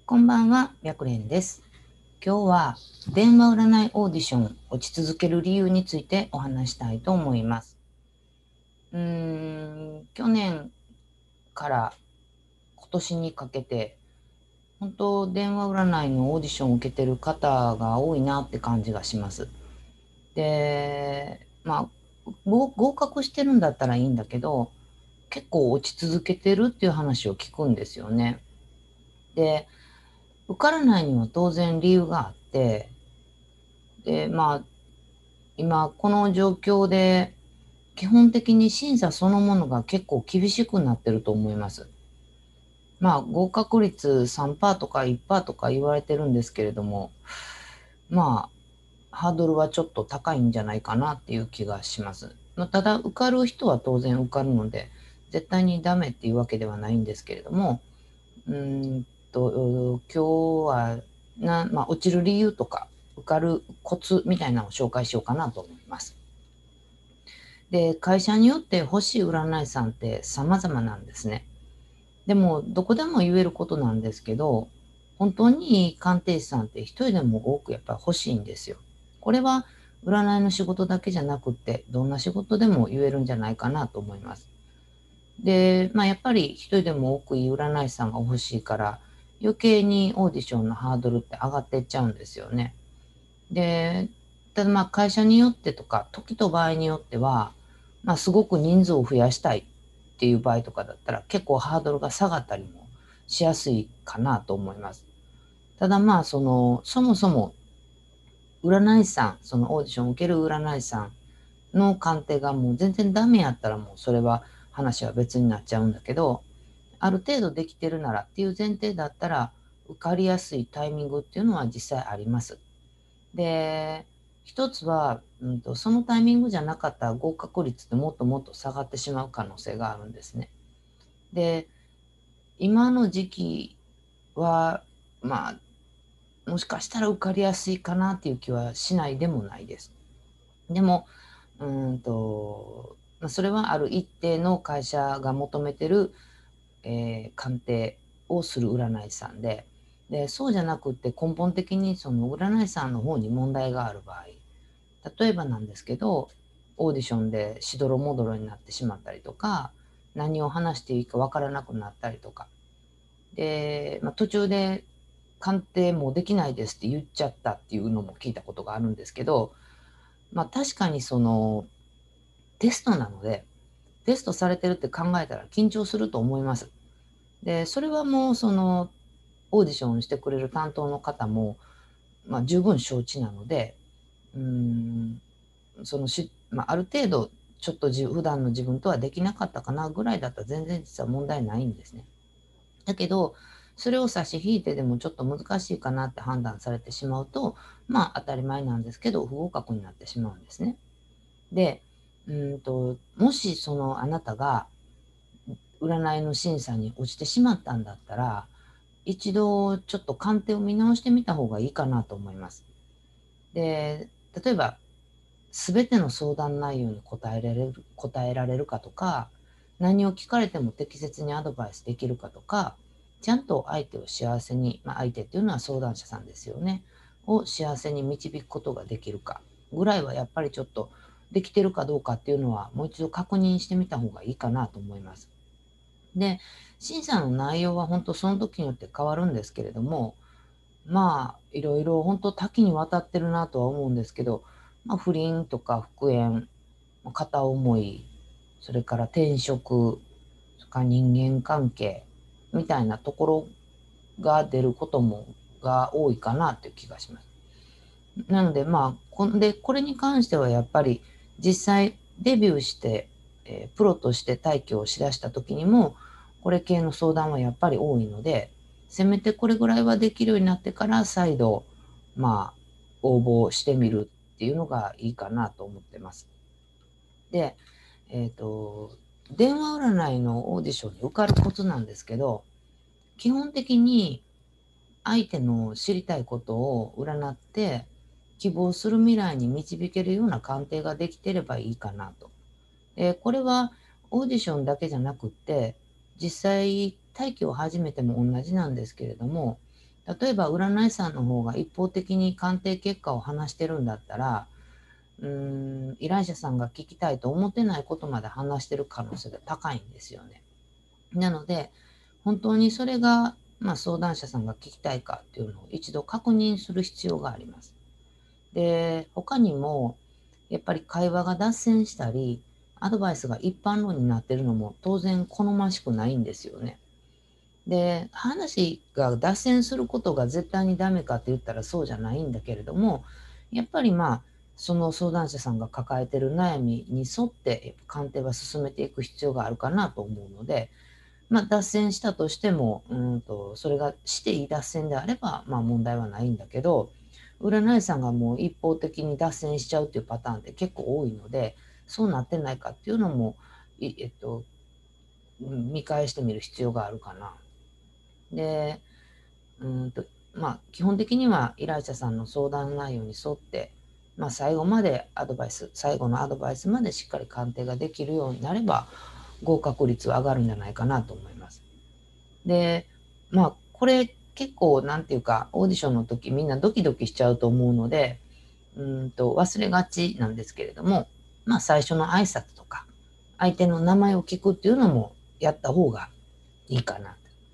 こんばんは、白蓮です。今日は電話占いオーディション落ち続ける理由についてお話したいと思います。去年から今年にかけて、本当電話占いのオーディションを受けてる方が多いなって感じがします。で、合格してるんだったらいいんだけど、結構落ち続けてるっていう話を聞くんですよね。で、受からないには当然理由があって、で、今この状況で基本的に審査そのものが結構厳しくなってると思います。合格率3%とか1%とか言われてるんですけれども、まハードルはちょっと高いんじゃないかなっていう気がします。ただ受かる人は当然受かるので、絶対にダメっていうわけではないんですけれども、今日は落ちる理由とか受かるコツみたいなのを紹介しようかなと思います。で、会社によって欲しい占い師さんって様々なんですね。でも、どこでも言えることなんですけど、本当にいい鑑定士さんって一人でも多くやっぱり欲しいんですよ。これは占いの仕事だけじゃなくって、どんな仕事でも言えるんじゃないかなと思います。で、やっぱり一人でも多くいい占い師さんが欲しいから、余計にオーディションのハードルって上がっていっちゃうんですよね。で、ただ会社によってとか、時と場合によっては、すごく人数を増やしたいっていう場合とかだったら、結構ハードルが下がったりもしやすいかなと思います。ただそもそも占い師さん、そのオーディションを受ける占い師さんの鑑定がもう全然ダメやったらもうそれは話は別になっちゃうんだけど、ある程度できてるならっていう前提だったら、受かりやすいタイミングっていうのは実際あります。で、一つは、そのタイミングじゃなかったら合格率ってもっともっと下がってしまう可能性があるんですね。で、今の時期は、もしかしたら受かりやすいかなっていう気はしないでもないです。でも、それはある一定の会社が求めてる、鑑定をする占い師さんで、そうじゃなくって根本的にその占い師さんの方に問題がある場合、例えばなんですけど、オーディションでしどろもどろになってしまったりとか、何を話していいかわからなくなったりとか、で、途中で鑑定もうできないですって言っちゃったっていうのも聞いたことがあるんですけど、確かにそのテストなので、テストされてるって考えたら緊張すると思います。で、それはもうそのオーディションしてくれる担当の方も、十分承知なので、うーん、そのし、ある程度、ちょっと普段の自分とはできなかったかなぐらいだったら全然実は問題ないんですね。だけど、それを差し引いてでもちょっと難しいかなって判断されてしまうと、当たり前なんですけど、不合格になってしまうんですね。で、もしそのあなたが占いの審査に落ちてしまったんだったら、一度ちょっと鑑定を見直してみた方がいいかなと思います。で、例えば、すべての相談内容に答えられるかとか、何を聞かれても適切にアドバイスできるかとか、ちゃんと相手を幸せに、相手っていうのは相談者さんですよね、を幸せに導くことができるかぐらいはやっぱりちょっとできてるかどうかっていうのはもう一度確認してみた方がいいかなと思います。で、審査の内容は本当その時によって変わるんですけれども、いろいろ本当多岐にわたってるなとは思うんですけど、不倫とか復縁、片思い、それから転職、それから人間関係みたいなところが出ることもが多いかなという気がします。なので、これに関してはやっぱり実際デビューして、プロとして退去をしだした時にも、これ系の相談はやっぱり多いので、せめてこれぐらいはできるようになってから再度、まあ、応募してみるっていうのがいいかなと思ってます。で、えっと、電話占いのオーディションに受かるコツなんですけど、基本的に相手の知りたいことを占って、希望する未来に導けるような鑑定ができてればいいかなと。これはオーディションだけじゃなくって、実際待機を始めても同じなんですけれども、 例えば占い師さんの方が一方的に鑑定結果を話してるんだったら、依頼者さんが聞きたいと思ってないことまで話してる可能性が高いんですよね。なので、本当にそれが、相談者さんが聞きたいかっていうのを一度確認する必要があります。で、他にも、やっぱり会話が脱線したり、アドバイスが一般論になってるのも当然好ましくないんですよね。で、話が脱線することが絶対にダメかって言ったらそうじゃないんだけれども、やっぱりその相談者さんが抱えてる悩みに沿って鑑定は進めていく必要があるかなと思うので、脱線したとしても、それがしていい脱線であれば、問題はないんだけど、占い師さんがもう一方的に脱線しちゃうっていうパターンって結構多いので、そうなってないかっていうのも、いえっと、見返してみる必要があるかな。で、うんと、基本的には依頼者さんの相談内容に沿って、最後まで最後のアドバイスまでしっかり鑑定ができるようになれば、合格率は上がるんじゃないかなと思います。で、これ結構なんていうか、オーディションの時みんなドキドキしちゃうと思うので、忘れがちなんですけれども、最初の挨拶とか、相手の名前を聞くっていうのもやった方がいいかな。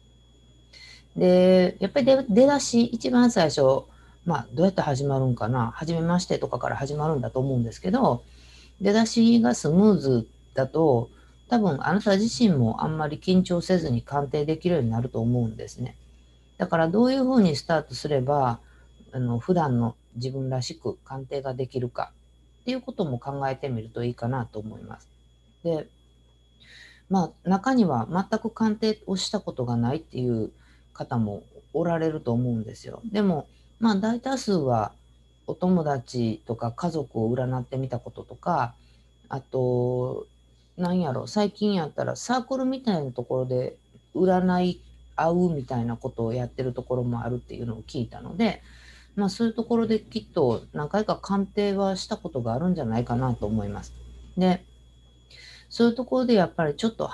で、やっぱり出だし、一番最初、どうやって始まるんかな、はじめましてとかから始まるんだと思うんですけど、出だしがスムーズだと、多分あなた自身もあんまり緊張せずに鑑定できるようになると思うんですね。だからどういうふうにスタートすれば、普段の自分らしく鑑定ができるかっていうことも考えてみるといいかなと思います。で、中には全く鑑定をしたことがないっていう方もおられると思うんですよ。でも、大多数はお友達とか家族を占ってみたこととか、あと、最近やったらサークルみたいなところで占い合うみたいなことをやってるところもあるっていうのを聞いたので、そういうところできっと何回か鑑定はしたことがあるんじゃないかなと思います。で、そういうところでやっぱりちょっと、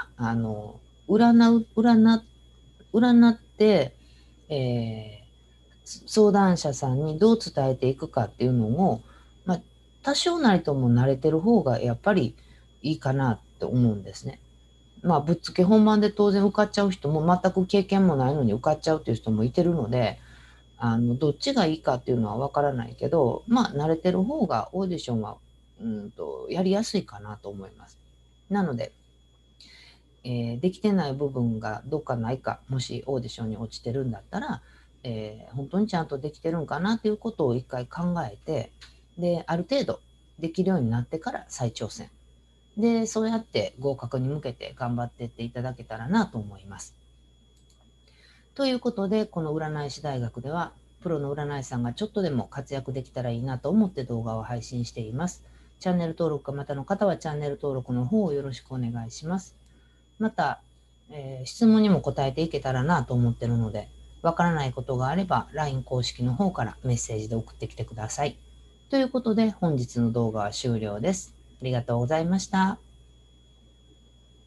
占って、え相談者さんにどう伝えていくかっていうのを、多少なりとも慣れてる方がやっぱりいいかなって思うんですね。ぶっつけ本番で当然受かっちゃう人も全く経験もないのに受かっちゃうっていう人もいてるので、どっちがいいかっていうのはわからないけど、慣れてる方がオーディションは、やりやすいかなと思います。なので、できてない部分がどっかないか、もしオーディションに落ちてるんだったら、本当にちゃんとできてるんかなっていうことを一回考えて、で、ある程度できるようになってから再挑戦。で、そうやって合格に向けて頑張っていっていただけたらなと思います。ということで、この占い師大学では、プロの占い師さんがちょっとでも活躍できたらいいなと思って動画を配信しています。チャンネル登録がまたの方はチャンネル登録の方をよろしくお願いします。また、質問にも答えていけたらなと思ってるので、わからないことがあれば LINE 公式の方からメッセージで送ってきてください。ということで本日の動画は終了です。ありがとうございました。